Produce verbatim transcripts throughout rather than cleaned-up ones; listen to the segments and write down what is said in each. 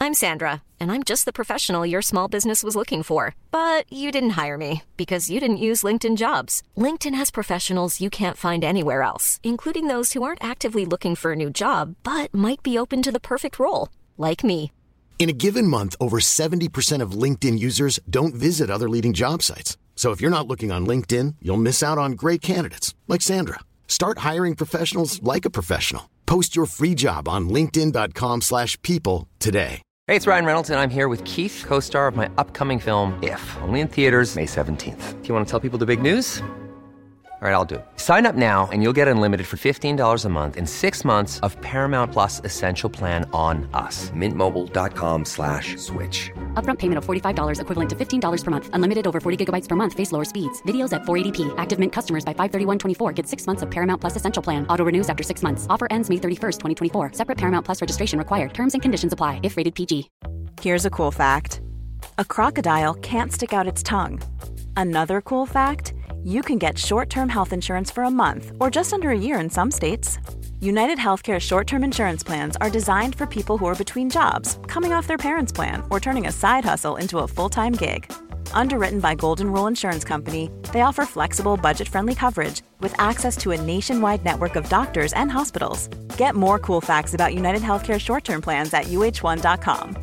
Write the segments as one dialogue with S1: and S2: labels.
S1: I'm Sandra, and I'm just the professional your small business was looking for. But you didn't hire me because you didn't use LinkedIn Jobs. LinkedIn has professionals you can't find anywhere else, including those who aren't actively looking for a new job, but might be open to the perfect role, like me.
S2: In a given month, over seventy percent of LinkedIn users don't visit other leading job sites. So if you're not looking on LinkedIn, you'll miss out on great candidates like Sandra. Start hiring professionals like a professional. Post your free job on linkedin dot com slash people today.
S3: Hey, it's Ryan Reynolds, and I'm here with Keith, co-star of my upcoming film, If, only in theaters May seventeenth. Do you want to tell people the big news? All right, I'll do it. Sign up now and you'll get unlimited for fifteen dollars a month and six months of Paramount Plus Essential Plan on us. Mint Mobile dot com slash switch.
S4: Upfront payment of forty-five dollars equivalent to fifteen dollars per month. Unlimited over forty gigabytes per month. Face lower speeds. Videos at four eighty p. Active Mint customers by five thirty-one twenty-four get six months of Paramount Plus Essential Plan. Auto renews after six months. Offer ends May thirty-first, twenty twenty-four. Separate Paramount Plus registration required. Terms and conditions apply if rated P G.
S5: Here's a cool fact. A crocodile can't stick out its tongue. Another cool fact, you can get short-term health insurance for a month or just under a year in some states. United Healthcare short-term insurance plans are designed for people who are between jobs, coming off their parents' plan, or turning a side hustle into a full-time gig. Underwritten by Golden Rule Insurance Company, they offer flexible, budget-friendly coverage with access to a nationwide network of doctors and hospitals. Get more cool facts about United Healthcare short-term plans at u h one dot com.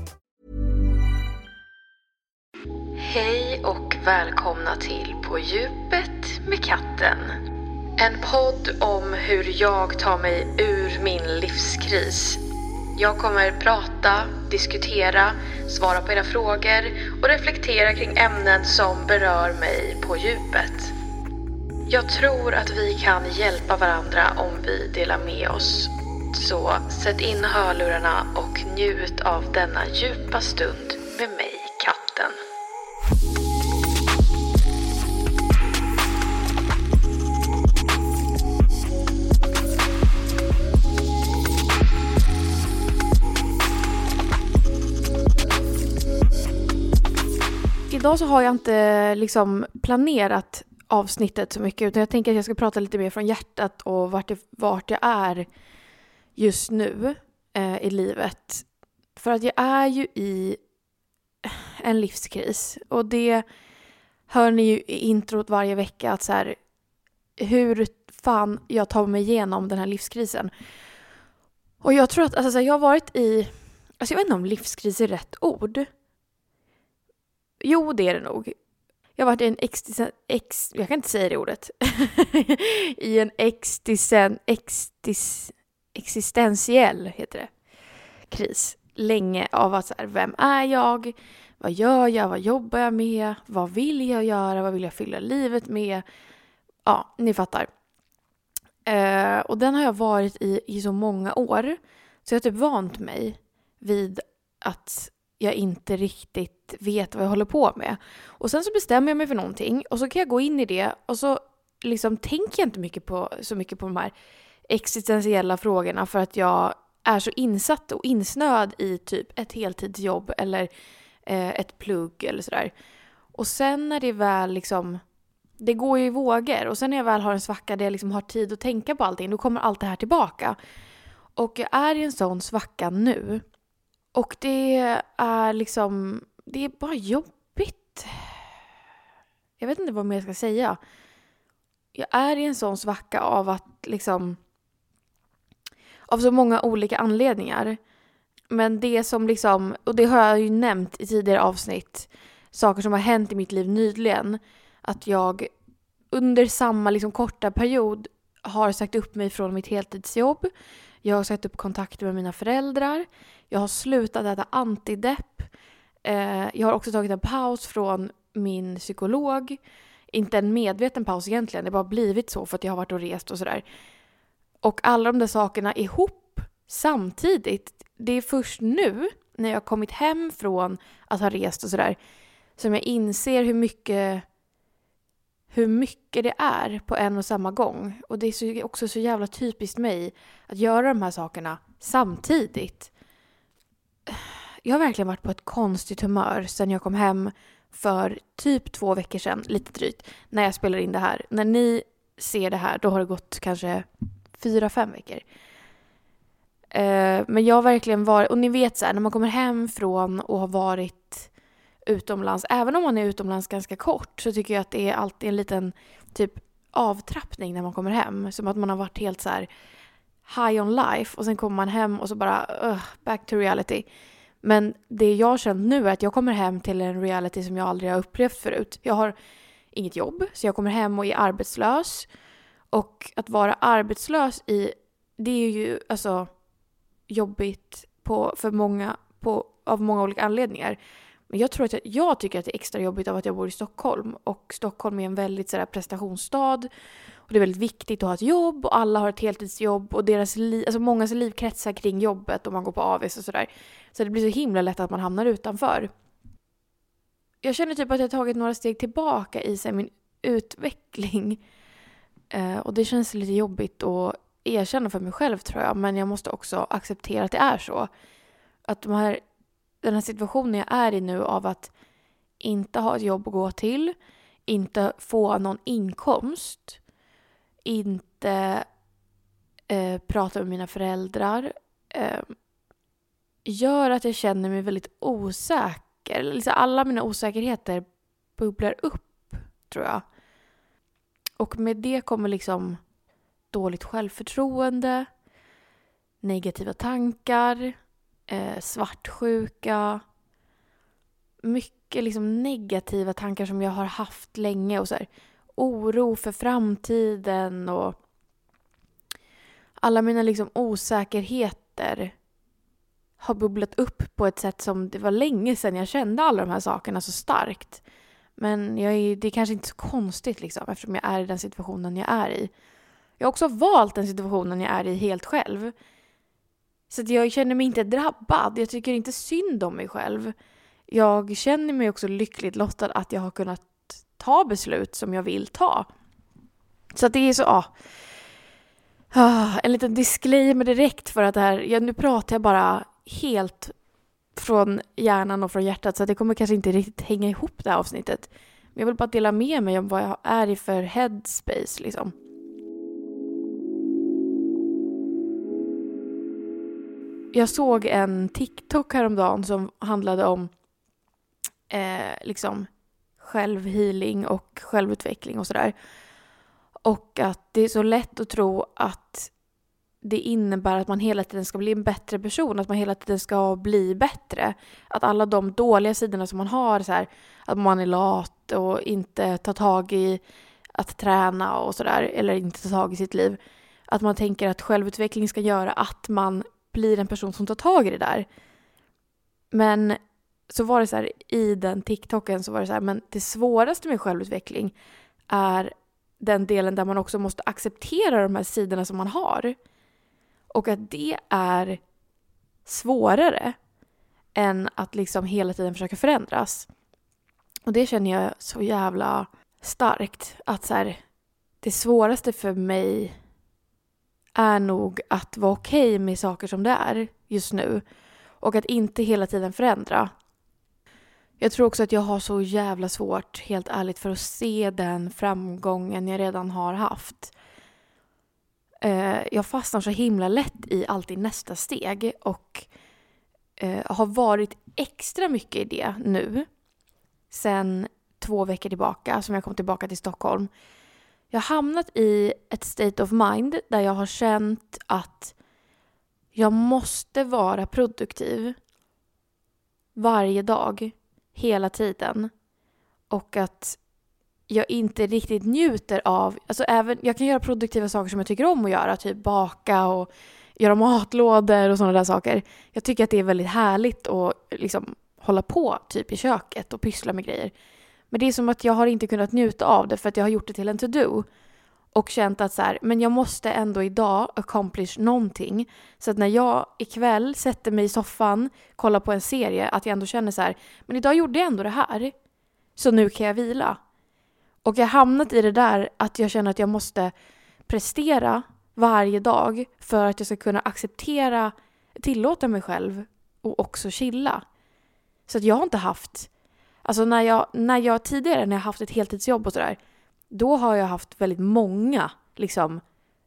S6: Hej och välkomna till På djupet med katten. En podd om hur jag tar mig ur min livskris. Jag kommer prata, diskutera, svara på era frågor och reflektera kring ämnen som berör mig på djupet. Jag tror att vi kan hjälpa varandra om vi delar med oss. Så sätt in hörlurarna och njut av denna djupa stund med mig, katten.
S7: Idag så har jag inte liksom planerat avsnittet så mycket, utan jag tänker att jag ska prata lite mer från hjärtat och vart, det, vart jag är just nu eh, i livet. För att jag är ju i en livskris, och det hör ni ju i introt varje vecka, att så här, hur fan jag tar mig igenom den här livskrisen. Och jag tror att alltså, jag har varit i, alltså jag vet inte om livskris är rätt ord. Jo, det är det nog. Jag har varit i en existen, ex, jag kan inte säga det ordet. I en existen, exis, existentiell heter det, kris. Länge av att så här, vem är jag? Vad gör jag? Vad jobbar jag med? Vad vill jag göra? Vad vill jag fylla livet med? Ja, ni fattar. Uh, och den har jag varit i i så många år. Så jag har typ vant mig vid att jag inte riktigt vet vad jag håller på med. Och sen så bestämmer jag mig för någonting, och så kan jag gå in i det, och så liksom tänker jag inte mycket på, så mycket på de här existentiella frågorna, för att jag är så insatt och insnöad i typ ett heltidsjobb eller eh, ett plugg eller sådär. Och sen när det väl liksom, det går ju i vågor, och sen när jag väl har en svacka där jag liksom har tid att tänka på allting, då kommer allt det här tillbaka. Och jag är i en sån svacka nu. Och det är liksom, det är bara jobbigt. Jag vet inte vad mer jag ska säga. Jag är i en sån svacka av att liksom, av så många olika anledningar. Men det som liksom, och det har jag ju nämnt i tidigare avsnitt, saker som har hänt i mitt liv nyligen, att jag under samma liksom korta period har sagt upp mig från mitt heltidsjobb. Jag har sagt upp kontakter med mina föräldrar. Jag har slutat äta antidepp. Eh, jag har också tagit en paus från min psykolog. Inte en medveten paus egentligen. Det har bara blivit så för att jag har varit och rest och sådär. Och alla de där sakerna ihop samtidigt. Det är först nu när jag har kommit hem från att ha rest och sådär som jag inser hur mycket, hur mycket det är på en och samma gång. Och det är så, också så jävla typiskt mig att göra de här sakerna samtidigt. Jag har verkligen varit på ett konstigt humör sedan jag kom hem för typ två veckor sedan, lite drygt, när jag spelar in det här. När ni ser det här, då har det gått kanske fyra, fem veckor. Eh, men jag har verkligen varit, och ni vet så här, när man kommer hem från och har varit utomlands, även om man är utomlands ganska kort, så tycker jag att det är alltid en liten typ avtrappning när man kommer hem. Som att man har varit helt så här high on life och sen kommer man hem och så bara uh, back to reality. Men det jag har känt nu är att jag kommer hem till en reality som jag aldrig har upplevt förut. Jag har inget jobb, så jag kommer hem och är arbetslös. Och att vara arbetslös i, det är ju alltså jobbigt på, för många, på, av många olika anledningar. Men jag tror att jag, jag tycker att det är extra jobbigt av att jag bor i Stockholm. Och Stockholm är en väldigt så där, prestationsstad. Och det är väldigt viktigt att ha ett jobb. Och alla har ett heltidsjobb. Och deras li, alltså mångas liv kretsar kring jobbet. Och man går på A Vs och sådär. Så det blir så himla lätt att man hamnar utanför. Jag känner typ att jag har tagit några steg tillbaka i sig, min utveckling. Eh, och det känns lite jobbigt att erkänna för mig själv, tror jag. Men jag måste också acceptera att det är så. Att de här, den här situationen jag är i nu av att inte ha ett jobb att gå till. Inte få någon inkomst. Inte eh, prata med mina föräldrar. Eh, gör att jag känner mig väldigt osäker. Liksom alla mina osäkerheter bubblar upp, tror jag. Och med det kommer liksom dåligt självförtroende, negativa tankar, eh, svartsjuka, mycket liksom negativa tankar som jag har haft länge och så här, oro för framtiden och alla mina liksom osäkerheter har bubblat upp på ett sätt som det var länge sedan jag kände alla de här sakerna så starkt. Men jag är, det är kanske inte så konstigt liksom, eftersom jag är i den situationen jag är i. Jag har också valt den situationen jag är i helt själv. Så att jag känner mig inte drabbad. Jag tycker inte synd om mig själv. Jag känner mig också lyckligt lottad att jag har kunnat ta beslut som jag vill ta. Så att det är så, ja. Ah, en liten disclaimer direkt för att det här, ja, nu pratar jag bara helt från hjärnan och från hjärtat, så att det kommer kanske inte riktigt hänga ihop det här avsnittet. Men jag vill bara dela med mig om vad jag är i för headspace liksom. Jag såg en TikTok häromdagen som handlade om eh, liksom självhealing och självutveckling och sådär. Och att det är så lätt att tro att det innebär att man hela tiden ska bli en bättre person. Att man hela tiden ska bli bättre. Att alla de dåliga sidorna som man har, så här, att man är lat och inte tar tag i att träna och sådär, eller inte tar tag i sitt liv. Att man tänker att självutveckling ska göra att man blir en person som tar tag i det där. Men så var det så här, i den TikToken så var det så här, men det svåraste med självutveckling är den delen där man också måste acceptera de här sidorna som man har. Och att det är svårare än att liksom hela tiden försöka förändras. Och det känner jag så jävla starkt. Att så här, det svåraste för mig är nog att vara okej med saker som det är just nu. Och att inte hela tiden förändra. Jag tror också att jag har så jävla svårt, helt ärligt, för att se den framgången jag redan har haft. Jag fastnar så himla lätt i alltid nästa steg. Och har varit extra mycket i det nu. Sen två veckor tillbaka, som jag kom tillbaka till Stockholm. Jag har hamnat i ett state of mind där jag har känt att jag måste vara produktiv varje dag, hela tiden. Och att jag inte riktigt njuter av, alltså även, jag kan göra produktiva saker som jag tycker om att göra, typ baka och göra matlådor och sådana där saker. Jag tycker att det är väldigt härligt att liksom hålla på typ i köket och pyssla med grejer. Men det är som att jag har inte kunnat njuta av det för att jag har gjort det till en to-do. Och känt att så här, men jag måste ändå idag accomplish någonting. Så att när jag ikväll sätter mig i soffan, kollar på en serie, att jag ändå känner så här, men idag gjorde jag ändå det här. Så nu kan jag vila. Och jag har hamnat i det där att jag känner att jag måste prestera varje dag för att jag ska kunna acceptera, tillåta mig själv och också chilla. Så att jag har inte haft, alltså när jag, när jag tidigare när jag haft ett heltidsjobb och sådär, då har jag haft väldigt många liksom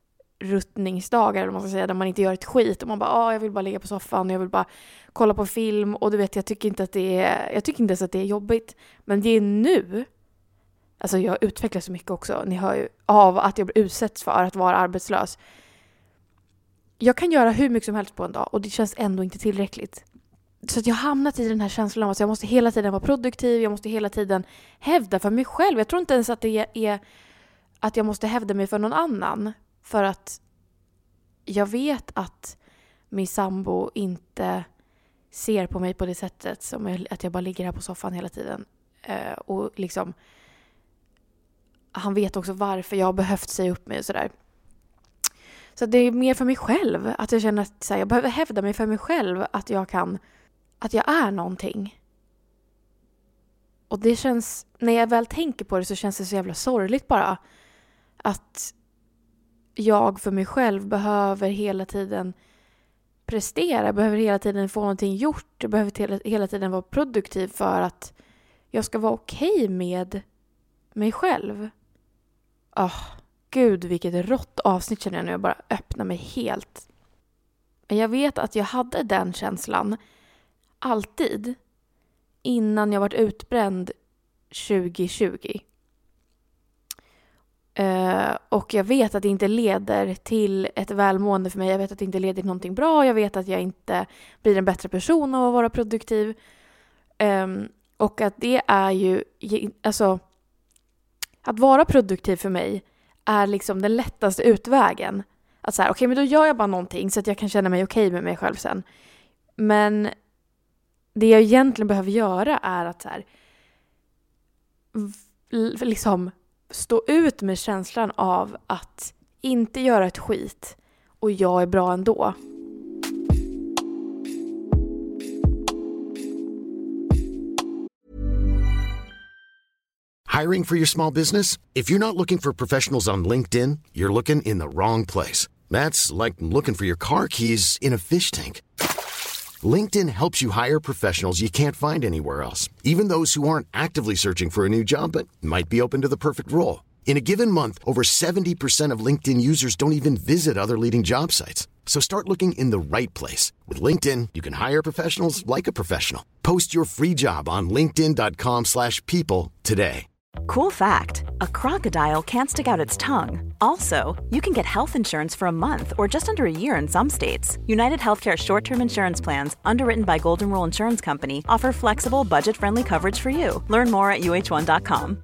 S7: ruttningsdagar eller vad man ska säga, där man inte gör ett skit och man bara, ah, jag vill bara ligga på soffan och jag vill bara kolla på film och du vet, jag tycker inte att det är jag tycker inte ens att det är jobbigt, men det är nu, alltså jag utvecklas så mycket också, ni hör ju, av att jag blir utsatt för att vara arbetslös. Jag kan göra hur mycket som helst på en dag och det känns ändå inte tillräckligt. Så att jag har hamnat i den här känslan av att jag måste hela tiden vara produktiv, jag måste hela tiden hävda för mig själv. Jag tror inte ens att det är att jag måste hävda mig för någon annan, för att jag vet att min sambo inte ser på mig på det sättet som att jag bara ligger här på soffan hela tiden. Eh, och liksom han vet också varför jag har behövt säga upp mig och sådär. Så det är mer för mig själv, att jag känner att så här, jag behöver hävda mig för mig själv, att jag kan, att jag är någonting. Och det känns, när jag väl tänker på det så känns det så jävla sorgligt bara. Att jag för mig själv behöver hela tiden prestera, behöver hela tiden få någonting gjort, jag behöver hela tiden vara produktiv för att jag ska vara okej med mig själv. Åh, oh, gud vilket rått avsnitt känner jag nu, jag bara öppnar mig helt. Men jag vet att jag hade den känslan alltid innan jag varit utbränd tjugo tjugo. Uh, och jag vet att det inte leder till ett välmående för mig. Jag vet att det inte leder till någonting bra. Jag vet att jag inte blir en bättre person av att vara produktiv. Um, och att det är ju, alltså, att vara produktiv för mig är liksom den lättaste utvägen. Att så här, okej, okay, men då gör jag bara någonting så att jag kan känna mig okej okay med mig själv sen. Men det jag egentligen behöver göra är att så här, liksom stå ut med känslan av att inte göra ett skit och jag är bra ändå.
S2: Hiring for your small business? If you're not looking for professionals on LinkedIn, you're looking in the wrong place. That's like looking for your car keys in a fish tank. LinkedIn helps you hire professionals you can't find anywhere else, even those who aren't actively searching for a new job but might be open to the perfect role. In a given month, over seventy percent of LinkedIn users don't even visit other leading job sites. So start looking in the right place. With LinkedIn, you can hire professionals like a professional. Post your free job on linkedin dot com slash people today.
S5: Cool fact, a crocodile can't stick out its tongue. Also, you can get health insurance for a month or just under a year in some states. United Healthcare short-term insurance plans, underwritten by Golden Rule Insurance Company, offer flexible, budget-friendly coverage for you. Learn more at u h one dot com.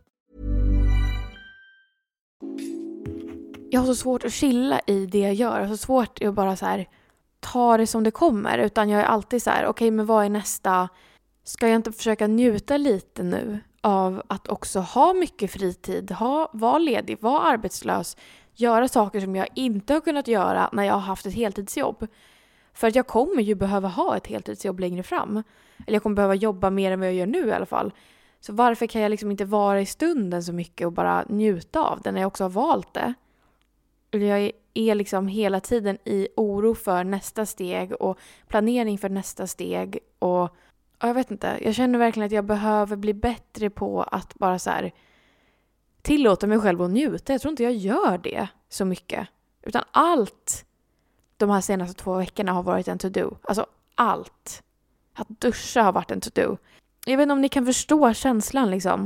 S7: Jag har så svårt att chilla i det jag gör. Jag har så svårt att bara så här ta det som det kommer. Utan jag är alltid så här, okej, okay, men vad är nästa? Ska jag inte försöka njuta lite nu av att också ha mycket fritid, ha, vara ledig, vara arbetslös, göra saker som jag inte har kunnat göra när jag har haft ett heltidsjobb. För att jag kommer ju behöva ha ett heltidsjobb längre fram. Eller jag kommer behöva jobba mer än vad jag gör nu i alla fall. Så varför kan jag liksom inte vara i stunden så mycket och bara njuta av det när jag också har valt det? Jag är liksom hela tiden i oro för nästa steg och planering för nästa steg. Och jag vet inte, jag känner verkligen att jag behöver bli bättre på att bara så här tillåta mig själv att njuta. Jag tror inte jag gör det så mycket. Utan allt de här senaste två veckorna har varit en to-do. Alltså allt. Att duscha har varit en to-do. Jag vet inte om ni kan förstå känslan liksom.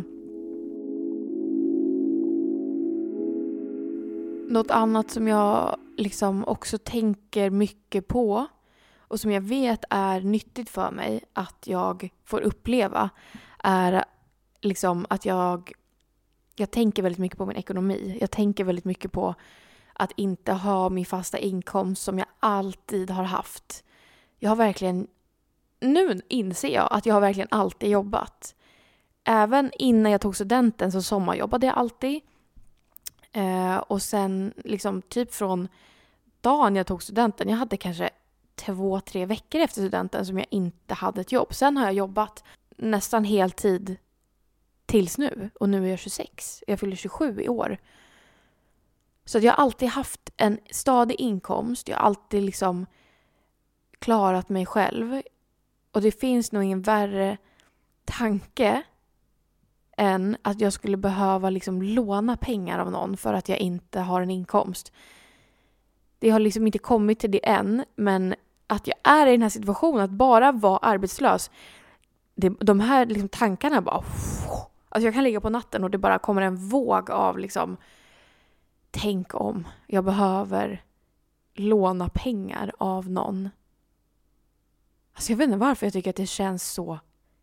S7: Något annat som jag liksom också tänker mycket på och som jag vet är nyttigt för mig att jag får uppleva är liksom att jag jag tänker väldigt mycket på min ekonomi. Jag tänker väldigt mycket på att inte ha min fasta inkomst som jag alltid har haft. Jag har verkligen, nu inser jag att jag har verkligen alltid jobbat. Även innan jag tog studenten så sommarjobbade jag alltid. Eh, och sen liksom typ från dagen jag tog studenten, jag hade kanske två, tre veckor efter studenten som jag inte hade ett jobb. Sen har jag jobbat nästan heltid tills nu. Och nu är jag tjugosex. Jag fyller tjugosju i år. Så jag har alltid haft en stadig inkomst. Jag har alltid liksom klarat mig själv. Och det finns nog ingen värre tanke än att jag skulle behöva liksom låna pengar av någon för att jag inte har en inkomst. det har liksom inte kommit till det än, men att jag är i den här situationen, att bara vara arbetslös, det, de här liksom tankarna bara, alltså jag kan ligga på natten och det bara kommer en våg av liksom, tänk om jag behöver låna pengar av någon. Alltså jag vet inte varför jag tycker att det känns så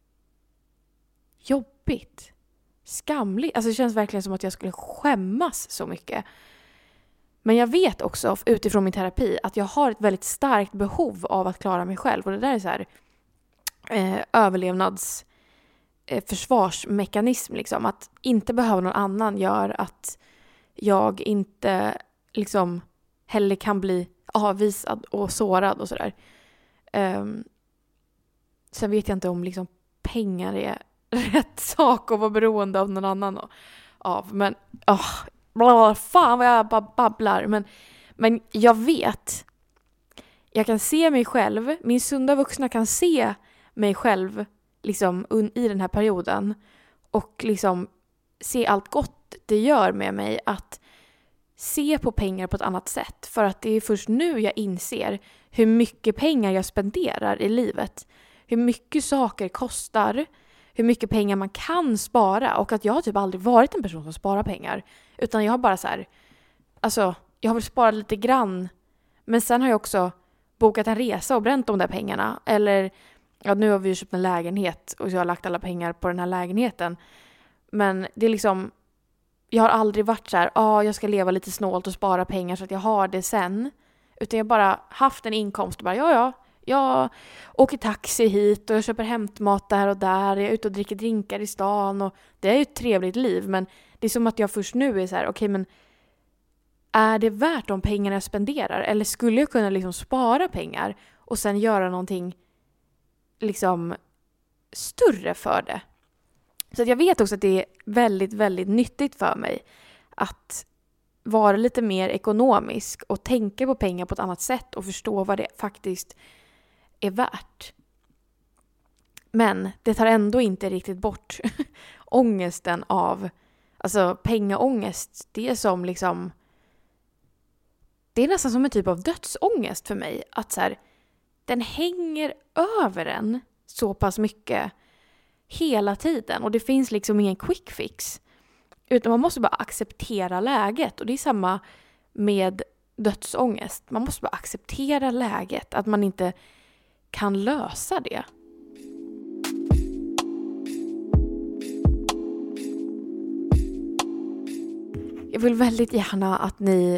S7: jobbigt. Skamligt. Alltså det känns verkligen som att jag skulle skämmas så mycket. Men jag vet också utifrån min terapi att jag har ett väldigt starkt behov av att klara mig själv. Och det där är så här eh, överlevnads eh, försvarsmekanism liksom. Att inte behöva någon annan gör att jag inte liksom heller kan bli avvisad och sårad och sådär. Um, sen vet jag inte om liksom pengar är rätt sak att vara beroende av någon annan av. Men oh, bla, fan vad jag bara babblar. Men, men jag vet. Jag kan se mig själv. Min sunda vuxna kan se mig själv liksom un, i den här perioden. Och liksom se allt gott det gör med mig att se på pengar på ett annat sätt. För att det är först nu jag inser hur mycket pengar jag spenderar i livet. Hur mycket saker kostar. Hur mycket pengar man kan spara. Och att jag har typ aldrig varit en person som sparar pengar. Utan jag har bara så här. Alltså, jag har väl sparat lite grann. Men sen har jag också bokat en resa och bränt de där pengarna. Eller, ja nu har vi ju köpt en lägenhet. Och jag har lagt alla pengar på den här lägenheten. Men det är liksom. Jag har aldrig varit så här. Ja, ah, jag ska leva lite snålt och spara pengar så att jag har det sen. Utan jag bara haft en inkomst och bara, ja ja. Jag åker taxi hit och jag köper hämtmat där och där. Jag är ute och dricker drinkar i stan. Och det är ju ett trevligt liv. Men det är som att jag först nu är så här, okej okay, men är det värt de pengarna jag spenderar? Eller skulle jag kunna liksom spara pengar och sen göra någonting liksom större för det? Så att jag vet också att det är väldigt, väldigt nyttigt för mig att vara lite mer ekonomisk och tänka på pengar på ett annat sätt och förstå vad det faktiskt är värt. Men det tar ändå inte riktigt bort ångesten av, alltså pengaångest. Det är som liksom, det är nästan som en typ av dödsångest för mig. Att så här, den hänger över en så pass mycket hela tiden. Och det finns liksom ingen quick fix. Utan man måste bara acceptera läget. Och det är samma med dödsångest. Man måste bara acceptera läget. Att man inte kan lösa det. Jag vill väldigt gärna att ni,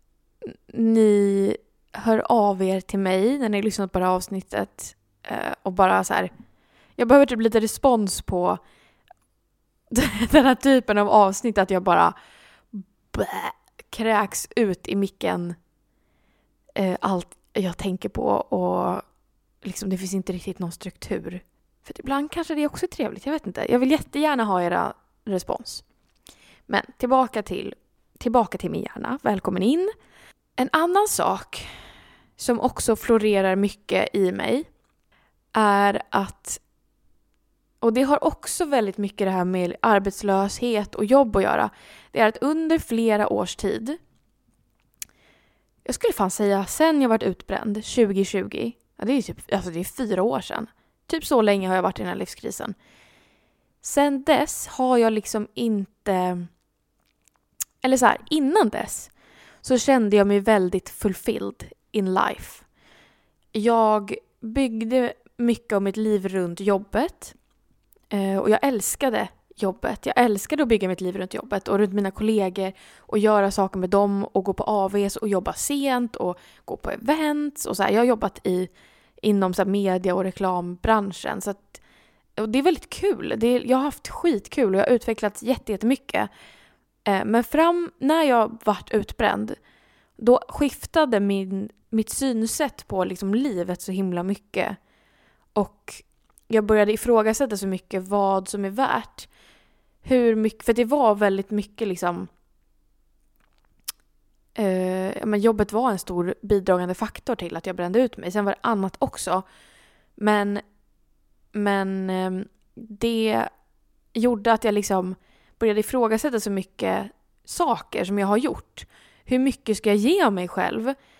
S7: ni hör av er till mig när ni lyssnat på det här avsnittet. Och bara så här. Jag behöver typ lite respons på den här typen av avsnitt. Att jag bara blä, kräks ut i micken eh, allt jag tänker på. Och liksom det finns inte riktigt någon struktur. För ibland kanske det också är trevligt. Jag vet inte. Jag vill jättegärna ha era respons. Men tillbaka till, tillbaka till min hjärna. Välkommen in. En annan sak som också florerar mycket i mig är att, och det har också väldigt mycket det här med arbetslöshet och jobb att göra. Det är att under flera års tid, jag skulle fan säga sen jag varit utbränd tjugo tjugo, ja det är typ, alltså det är fyra år sedan. Typ så länge har jag varit i den här livskrisen. Sen dess har jag liksom inte, eller så här, innan dess så kände jag mig väldigt fulfilled in life. Jag byggde mycket av mitt liv runt jobbet. Och jag älskade jobbet. Jag älskade att bygga mitt liv runt jobbet och runt mina kollegor och göra saker med dem och gå på A Vs och jobba sent och gå på events och så här. Jag har jobbat i inom så här media- och reklambranschen så att, och det är väldigt kul. Det är, jag har haft skitkul och jag har utvecklats jättemycket. Men fram när jag vart utbränd då skiftade min, mitt synsätt på liksom livet så himla mycket. Och jag började ifrågasätta så mycket vad som är värt. Hur mycket, för det var väldigt mycket liksom eh, men jobbet var en stor bidragande faktor till att jag brände ut mig. Sen var det annat också. Men, men eh, det gjorde att jag liksom började ifrågasätta så mycket saker som jag har gjort. Hur mycket ska jag ge av mig själv?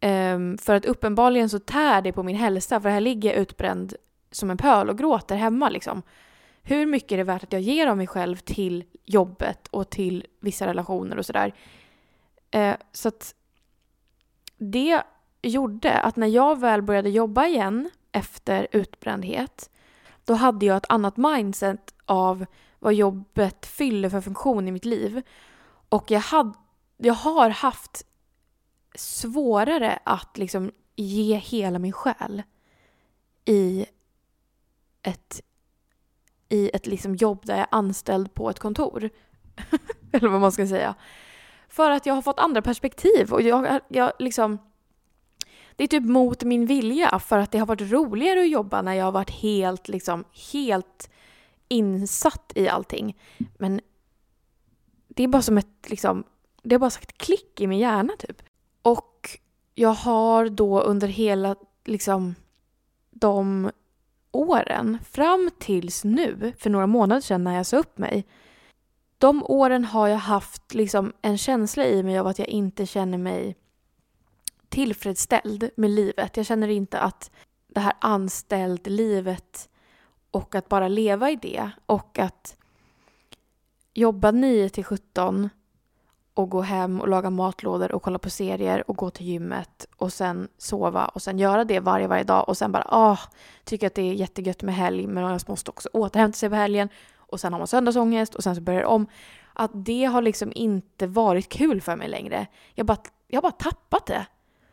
S7: Um, för att uppenbarligen så tär det på min hälsa. För här ligger jag utbränd som en pöl och gråter hemma liksom. Hur mycket är det värt att jag ger av mig själv till jobbet och till vissa relationer och sådär. Uh, så att det gjorde att när jag väl började jobba igen efter utbrändhet, då hade jag ett annat mindset av vad jobbet fyller för funktion i mitt liv. Och jag, hade, jag har haft svårare att liksom ge hela min själ i ett, i ett liksom jobb där jag är anställd på ett kontor. Eller vad man ska säga. För att jag har fått andra perspektiv. Och jag, jag liksom... Det är typ mot min vilja. För att det har varit roligare att jobba när jag har varit helt, liksom, helt insatt i allting. Men det är bara som ett... Liksom, det har bara sagt klick i min hjärna typ. Och jag har då under hela liksom, de åren fram tills nu, för några månader sedan när jag sa upp mig. De åren har jag haft liksom, en känsla i mig av att jag inte känner mig tillfredsställd med livet. Jag känner inte att det här anställd livet och att bara leva i det och att jobba nio till sjutton och gå hem och laga matlådor och kolla på serier och gå till gymmet och sen sova och sen göra det varje, varje dag och sen bara, ah, tycker att det är jättegött med helg men jag måste också återhämta sig på helgen och sen har man söndagsångest och sen så börjar det om. Att det har liksom inte varit kul för mig längre. Jag, bara, jag har bara tappat det.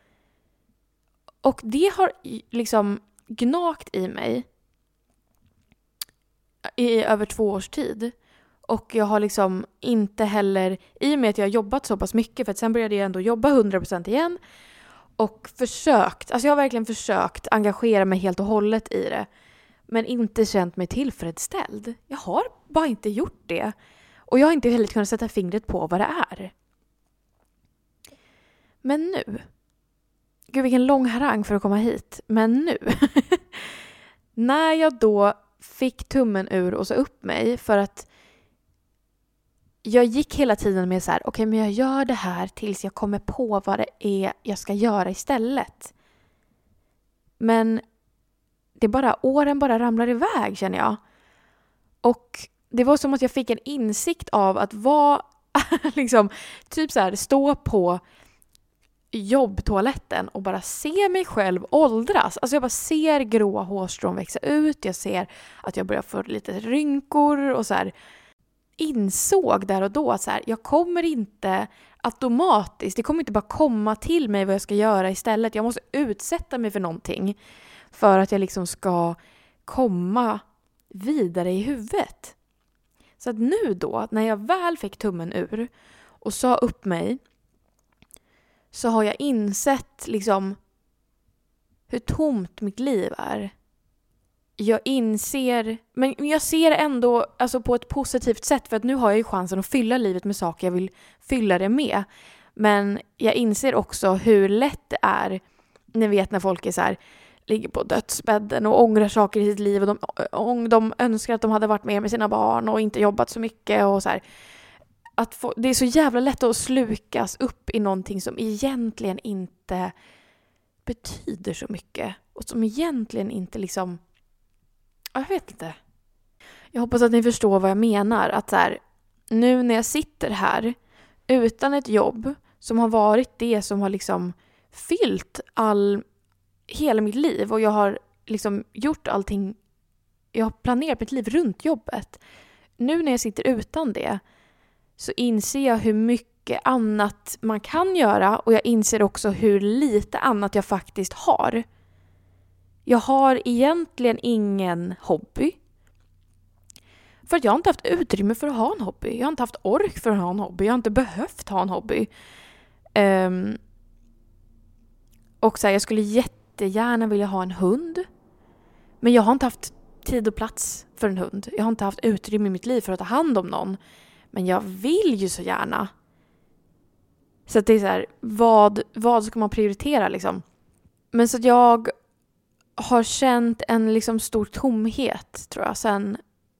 S7: Och det har liksom gnagt i mig i över två års tid. Och jag har liksom inte heller, i och med att jag har jobbat så pass mycket, för att sen började jag ändå jobba hundra procent igen. Och försökt, alltså jag har verkligen försökt engagera mig helt och hållet i det. Men inte känt mig tillfredsställd. Jag har bara inte gjort det. Och jag har inte heller kunnat sätta fingret på vad det är. Men nu. Gud vilken lång harang för att komma hit. Men nu. När jag då fick tummen ur och sa upp mig för att jag gick hela tiden med så här, okej okay, men jag gör det här tills jag kommer på vad det är jag ska göra istället. Men det bara, åren bara ramlar iväg känner jag. Och det var som att jag fick en insikt av att vara, liksom, typ så här, stå på jobbtoaletten och bara se mig själv åldras. Alltså jag bara ser gråa hårstrån växa ut. Jag ser att jag börjar få lite rynkor och så här. Insåg där och då att så här, jag kommer inte automatiskt, det kommer inte bara komma till mig vad jag ska göra istället. Jag måste utsätta mig för någonting för att jag liksom ska komma vidare i huvudet. Så att nu då, när jag väl fick tummen ur och sa upp mig, så har jag insett liksom hur tomt mitt liv är. Jag inser, men jag ser ändå alltså på ett positivt sätt, för att nu har jag ju chansen att fylla livet med saker jag vill fylla det med. Men jag inser också hur lätt det är, ni vet när folk är så här, ligger på dödsbädden och ångrar saker i sitt liv och de, de önskar att de hade varit med med sina barn och inte jobbat så mycket och så här. Att få, det är så jävla lätt att slukas upp i någonting som egentligen inte betyder så mycket och som egentligen inte liksom, jag vet inte. Jag hoppas att ni förstår vad jag menar. Att så här, nu när jag sitter här utan ett jobb som har varit det som har liksom fyllt all, hela mitt liv. Och jag har liksom gjort allting. Jag har planerat mitt liv runt jobbet. Nu när jag sitter utan det så inser jag hur mycket annat man kan göra. Och jag inser också hur lite annat jag faktiskt har. Jag har egentligen ingen hobby. För att jag har inte haft utrymme för att ha en hobby. Jag har inte haft ork för att ha en hobby. Jag har inte behövt ha en hobby. Um, och så här, jag skulle jättegärna vilja ha en hund. Men jag har inte haft tid och plats för en hund. Jag har inte haft utrymme i mitt liv för att ta hand om någon. Men jag vill ju så gärna. Så att det är så här, vad, vad ska man prioritera liksom? Men så att jag har känt en liksom stor tomhet, tror jag, sen,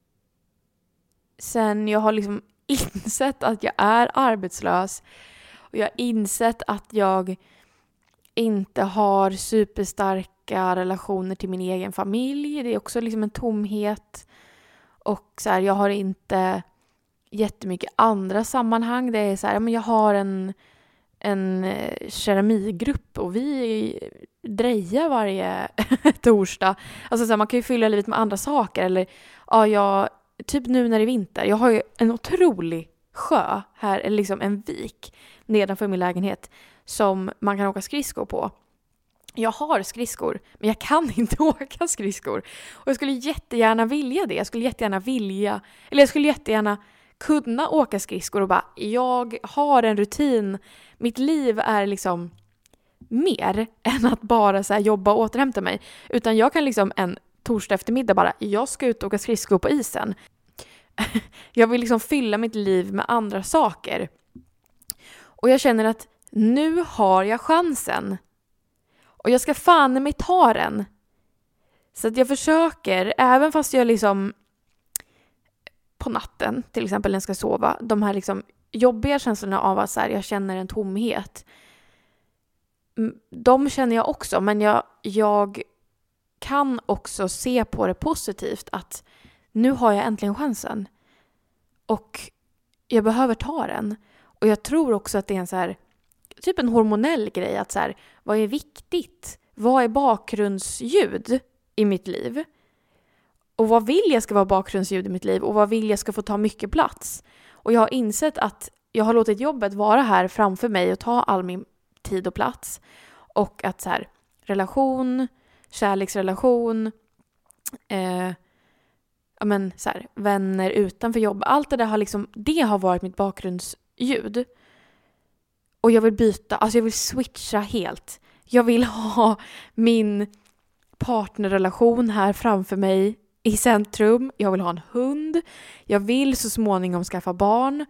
S7: sen jag har liksom insett att jag är arbetslös och jag har insett att jag inte har superstarka relationer till min egen familj. Det är också liksom en tomhet. Och så här, jag har inte jättemycket andra sammanhang. Det är så här, men jag har en, en keramigrupp och vi drejar varje torsdag. Alltså så här, man kan ju fylla livet med andra saker. Eller ja, jag, typ nu när det är vinter. Jag har ju en otrolig sjö här, eller liksom en vik nedanför min lägenhet som man kan åka skridskor på. Jag har skridskor, men jag kan inte åka skridskor. Och jag skulle jättegärna vilja det. Jag skulle jättegärna vilja, eller jag skulle jättegärna kunna åka skridskor och bara, jag har en rutin. Mitt liv är liksom mer än att bara så här jobba och återhämta mig. Utan jag kan liksom en torsdag eftermiddag bara, jag ska ut och åka skridskor på isen. Jag vill liksom fylla mitt liv med andra saker. Och jag känner att nu har jag chansen. Och jag ska fan mig ta den. Så att jag försöker, även fast jag liksom på natten, till exempel när jag ska sova, de här liksom jobbiga känslorna av att så här, jag känner en tomhet. De känner jag också, men jag, jag kan också se på det positivt att nu har jag äntligen chansen. Och jag behöver ta den. Och jag tror också att det är en så här, typ en hormonell grej. Att så här, vad är viktigt? Vad är bakgrundsljud i mitt liv? Och vad vill jag ska vara bakgrundsljud i mitt liv? Och vad vill jag ska få ta mycket plats? Och jag har insett att jag har låtit jobbet vara här framför mig och ta all min tid och plats. Och att så här, relation, kärleksrelation, eh, ja men så här, vänner utanför jobb. Allt det där har liksom, det har varit mitt bakgrundsljud. Och jag vill byta, alltså jag vill switcha helt. Jag vill ha min partnerrelation här framför mig i centrum. Jag vill ha en hund. Jag vill så småningom skaffa barn.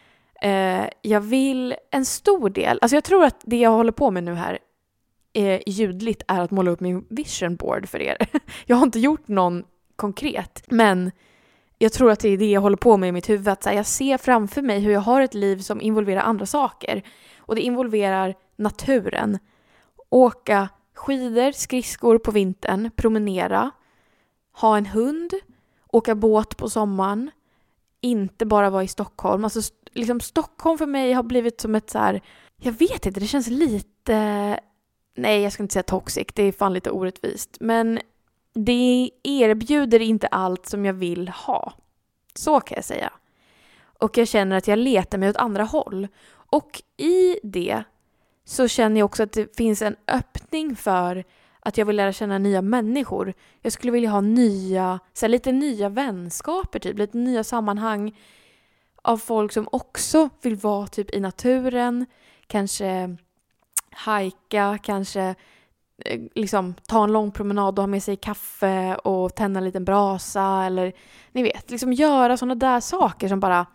S7: Eh, jag vill en stor del, alltså jag tror att det jag håller på med nu här eh, ljudligt är att måla upp min vision board för er. Jag har inte gjort någon konkret, men jag tror att det är det jag håller på med i mitt huvud. Att så här, jag ser framför mig hur jag har ett liv som involverar andra saker. Och det involverar naturen. Åka skidor, skridskor på vintern, promenera, ha en hund, åka båt på sommaren, inte bara vara i Stockholm. Alltså liksom Stockholm för mig har blivit som ett så här, jag vet inte, det känns lite, nej jag ska inte säga toxic, det är fan lite orättvist. Men det erbjuder inte allt som jag vill ha. Så kan jag säga. Och jag känner att jag letar mig åt andra håll. Och i det så känner jag också att det finns en öppning för att jag vill lära känna nya människor. Jag skulle vilja ha nya, så här, lite nya vänskaper, typ, lite nya sammanhang av folk som också vill vara typ i naturen. Kanske hajka, kanske liksom ta en lång promenad och ha med sig kaffe och tända en liten brasa. Eller ni vet, liksom göra sådana där saker som bara,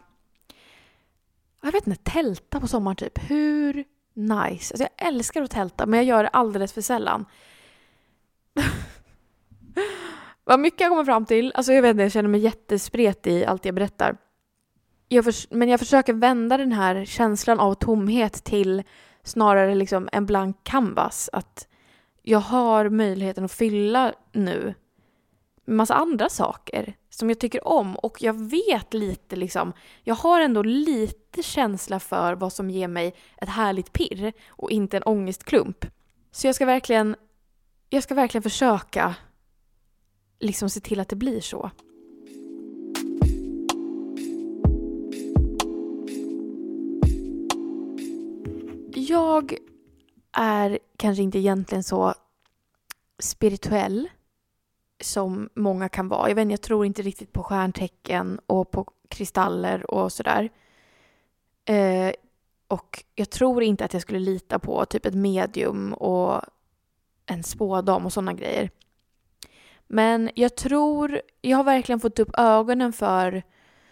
S7: jag vet inte, tälta på sommaren typ. Hur nice. Alltså jag älskar att tälta, men jag gör det alldeles för sällan. Vad mycket jag kommer fram till. Alltså jag vet inte, jag känner mig jättespret i allt jag berättar. Jag förs- men jag försöker vända den här känslan av tomhet till snarare liksom en blank canvas. Att jag har möjligheten att fylla nu med massa andra saker som jag tycker om. Och jag vet lite liksom, jag har ändå lite känsla för vad som ger mig ett härligt pirr och inte en ångestklump. Så jag ska verkligen, jag ska verkligen försöka liksom se till att det blir så. Jag är kanske inte egentligen så spirituell som många kan vara. Jag vet inte, jag tror inte riktigt på stjärntecken och på kristaller och sådär. Eh, och jag tror inte att jag skulle lita på typ ett medium och en spådam och sådana grejer. Men jag tror, jag har verkligen fått upp ögonen för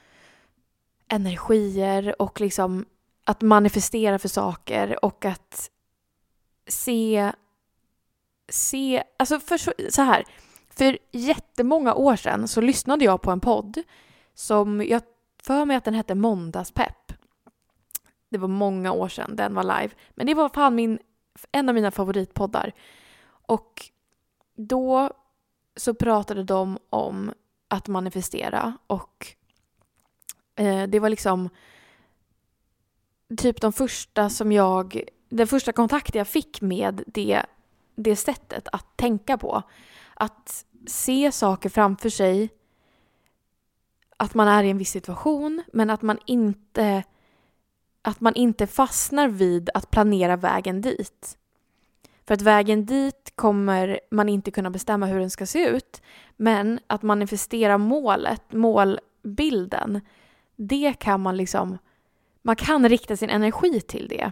S7: energier och liksom att manifestera för saker och att se, se, alltså för så, så här, för jättemånga år sedan så lyssnade jag på en podd som jag för mig att den hette Måndagspepp. Det var många år sedan den var live, men det var fan min en av mina favoritpoddar. Och då så pratade de om att manifestera. Och eh, det var liksom typ de första som jag... Den första kontakten jag fick med det, det sättet att tänka på. Att se saker framför sig. Att man är i en viss situation, men att man inte... Att man inte fastnar vid att planera vägen dit. För att vägen dit kommer man inte kunna bestämma hur den ska se ut. Men att manifestera målet, målbilden, det kan man liksom... Man kan rikta sin energi till det.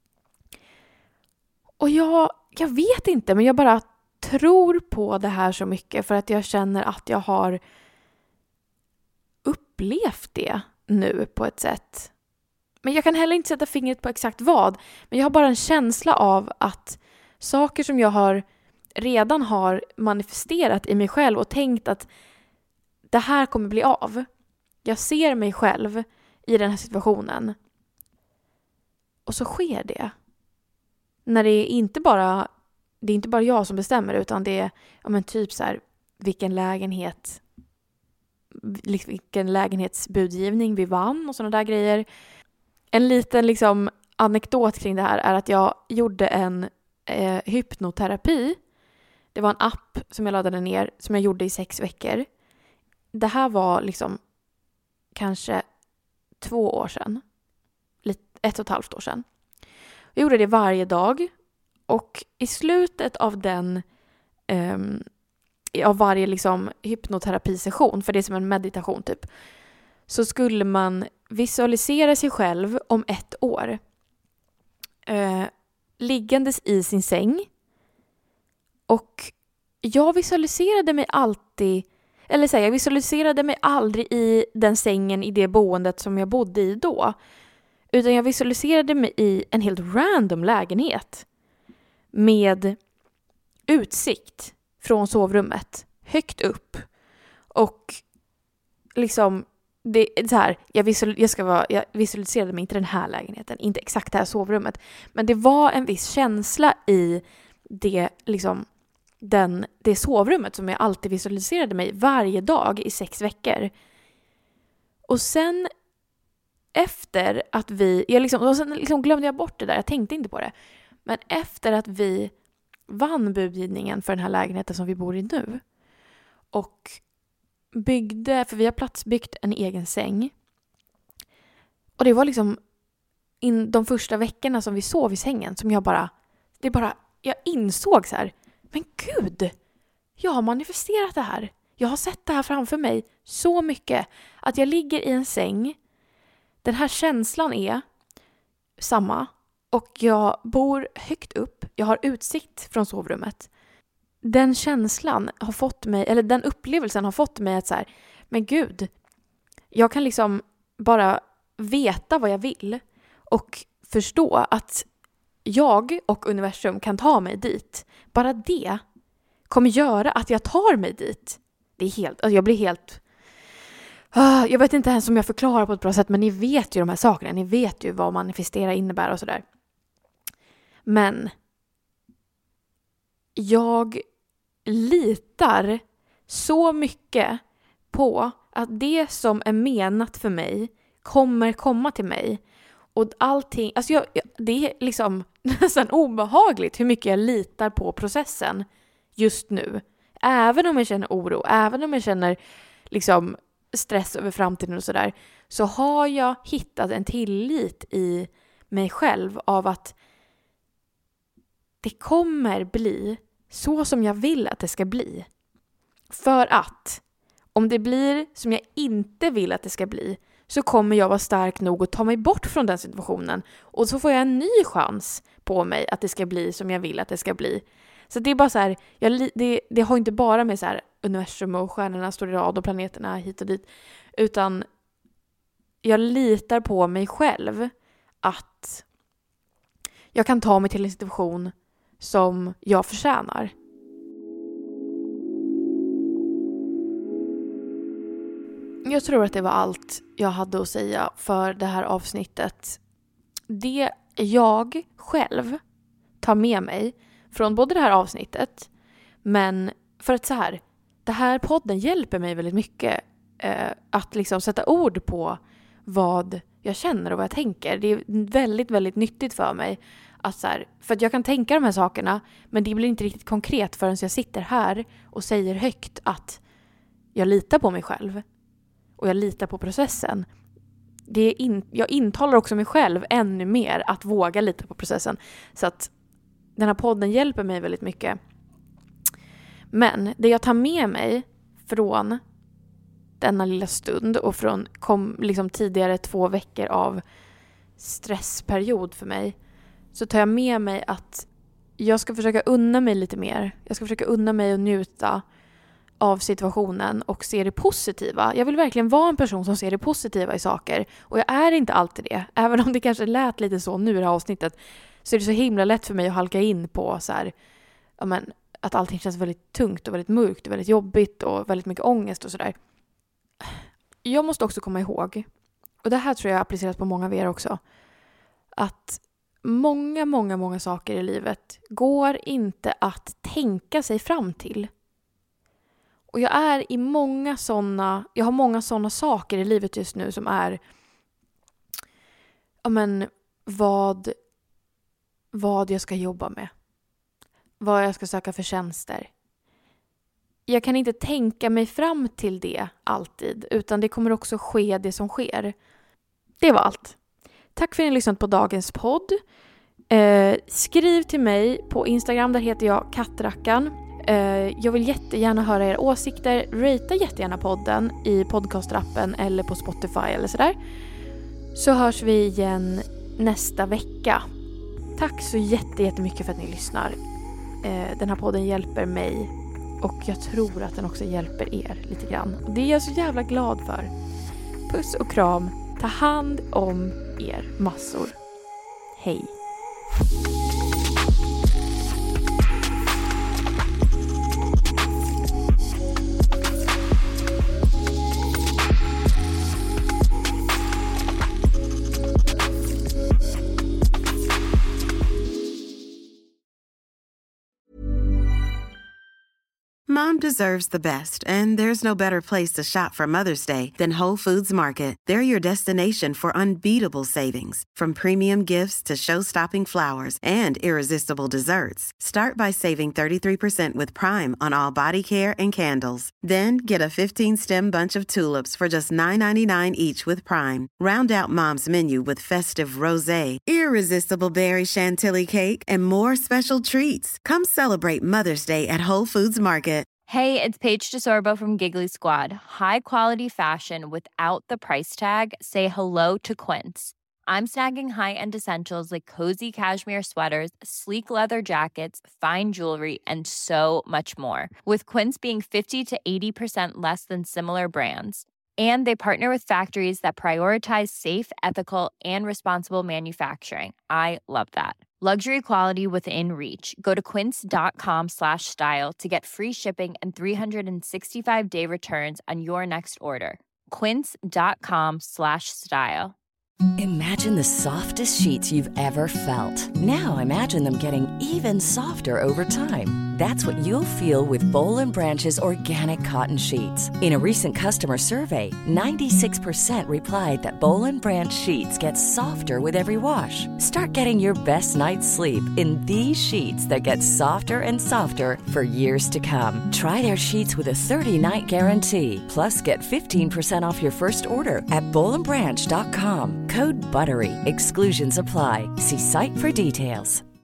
S7: Och jag, jag vet inte, men jag bara tror på det här så mycket. För att jag känner att jag har upplevt det nu på ett sätt. Men jag kan heller inte sätta fingret på exakt vad. Men jag har bara en känsla av att saker som jag har redan har manifesterat i mig själv och tänkt att det här kommer bli av. Jag ser mig själv i den här situationen. Och så sker det. När det är inte bara det är inte bara jag som bestämmer, utan det är ja, men typ så här, vilken lägenhet vilken lägenhetsbudgivning vi vann och sådana där grejer. En liten liksom anekdot kring det här är att jag gjorde en eh, hypnoterapi. Det var en app som jag laddade ner som jag gjorde i sex veckor. Det här var liksom kanske två år sedan. Ett och ett halvt år sedan. Jag gjorde det varje dag. Och i slutet av den um, av varje liksom hypnoterapisession, för det är som en meditation typ, så skulle man visualisera sig själv om ett år. Uh, liggandes i sin säng. Och jag visualiserade mig alltid, eller säga, jag visualiserade mig aldrig i den sängen i det boendet som jag bodde i då. Utan jag visualiserade mig i en helt random lägenhet. Med utsikt från sovrummet. Högt upp. Och liksom, det är så här, jag, visual, jag, ska vara, jag visualiserade mig inte den här lägenheten. Inte exakt det här sovrummet. Men det var en viss känsla i det, liksom, den, det sovrummet som jag alltid visualiserade mig varje dag i sex veckor. Och sen efter att vi, jag liksom, och sen liksom glömde jag bort det där, jag tänkte inte på det. Men efter att vi vann budgivningen för den här lägenheten som vi bor i nu och byggde, för vi har platsbyggt en egen säng. Och det var liksom in de första veckorna som vi sov i sängen som jag bara, det bara, jag insåg så här, men gud, jag har manifesterat det här. Jag har sett det här framför mig så mycket att jag ligger i en säng. Den här känslan är samma. Och jag bor högt upp. Jag har utsikt från sovrummet. Den känslan har fått mig, eller den upplevelsen har fått mig att så här, men gud, jag kan liksom bara veta vad jag vill. Och förstå att jag och universum kan ta mig dit. Bara det kommer göra att jag tar mig dit. Det är helt, alltså jag blir helt... Jag vet inte ens om jag förklarar på ett bra sätt, men ni vet ju de här sakerna. Ni vet ju vad manifestera innebär och sådär. Men jag litar så mycket på att det som är menat för mig kommer komma till mig. Och allting, alltså jag, det är liksom nästan obehagligt hur mycket jag litar på processen just nu. Även om jag känner oro, även om jag känner liksom stress över framtiden och sådär, så har jag hittat en tillit i mig själv av att det kommer bli så som jag vill att det ska bli. För att om det blir som jag inte vill att det ska bli, så kommer jag vara stark nog att ta mig bort från den situationen. Och så får jag en ny chans på mig att det ska bli som jag vill att det ska bli. Så det är bara så här, jag, det, det har inte bara med så här universum och stjärnorna står i rad och planeterna hit och dit. Utan jag litar på mig själv att jag kan ta mig till en situation som jag förtjänar. Jag tror att det var allt jag hade att säga för det här avsnittet. Det jag själv ta med mig från både det här avsnittet, men för att så här, det här podden hjälper mig väldigt mycket eh, att liksom sätta ord på vad jag känner och vad jag tänker. Det är väldigt, väldigt nyttigt för mig. Att så här, för att jag kan tänka de här sakerna, men det blir inte riktigt konkret förrän jag sitter här och säger högt att jag litar på mig själv. Och jag litar på processen. Det är in, jag intalar också mig själv ännu mer att våga lita på processen. Så att den här podden hjälper mig väldigt mycket. Men det jag tar med mig från denna lilla stund och från kom, liksom tidigare två veckor av stressperiod för mig, så tar jag med mig att jag ska försöka unna mig lite mer. Jag ska försöka unna mig och njuta av situationen och se det positiva. Jag vill verkligen vara en person som ser det positiva i saker. Och jag är inte alltid det. Även om det kanske lät lite så nu i det här avsnittet, så är det så himla lätt för mig att halka in på så här, ja men, att allting känns väldigt tungt och väldigt mörkt och väldigt jobbigt och väldigt mycket ångest och sådär. Jag måste också komma ihåg, och det här tror jag appliceras på många av er också, att många, många, många saker i livet går inte att tänka sig fram till. Och jag är i många sådana, jag har många sådana saker i livet just nu som är, ja men, vad, vad jag ska jobba med. Vad jag ska söka för tjänster. Jag kan inte tänka mig fram till det alltid, utan det kommer också ske det som sker. Det var allt. Tack för att ni lyssnat på dagens podd. Eh, skriv till mig på Instagram, där heter jag Kattrackan. Eh, jag vill jättegärna höra era åsikter. Rata jättegärna podden i podcastrappen eller på Spotify eller sådär. Så hörs vi igen nästa vecka. Tack så jätte, jättemycket för att ni lyssnar. Eh, den här podden hjälper mig. Och jag tror att den också hjälper er lite grann. Och det är jag så jävla glad för. Puss och kram. Ta hand om er massor. Hej.
S8: Mom deserves the best, and there's no better place to shop for Mother's Day than Whole Foods Market. They're your destination for unbeatable savings, from premium gifts to show-stopping flowers and irresistible desserts. Start by saving thirty-three percent with Prime on all body care and candles. Then get a fifteen-stem bunch of tulips for just nine ninety-nine each with Prime. Round out Mom's menu with festive rosé, irresistible berry chantilly cake, and more special treats. Come celebrate Mother's Day at Whole Foods Market.
S9: Hey, it's Paige DeSorbo from Giggly Squad. High quality fashion without the price tag. Say hello to Quince. I'm snagging high-end essentials like cozy cashmere sweaters, sleek leather jackets, fine jewelry, and so much more. With Quince being fifty to eighty percent less than similar brands. And they partner with factories that prioritize safe, ethical, and responsible manufacturing. I love that. Luxury quality within reach. Go to quince.com slash style to get free shipping and three sixty-five day returns on your next order. Quince.com slash style.
S10: Imagine the softest sheets you've ever felt. Now imagine them getting even softer over time. That's what you'll feel with Boll and Branch's organic cotton sheets. In a recent customer survey, ninety-six percent replied that Boll and Branch sheets get softer with every wash. Start getting your best night's sleep in these sheets that get softer and softer for years to come. Try their sheets with a thirty-night guarantee. Plus, get fifteen percent off your first order at boll and branch dot com. Code BUTTERY. Exclusions apply. See site for details.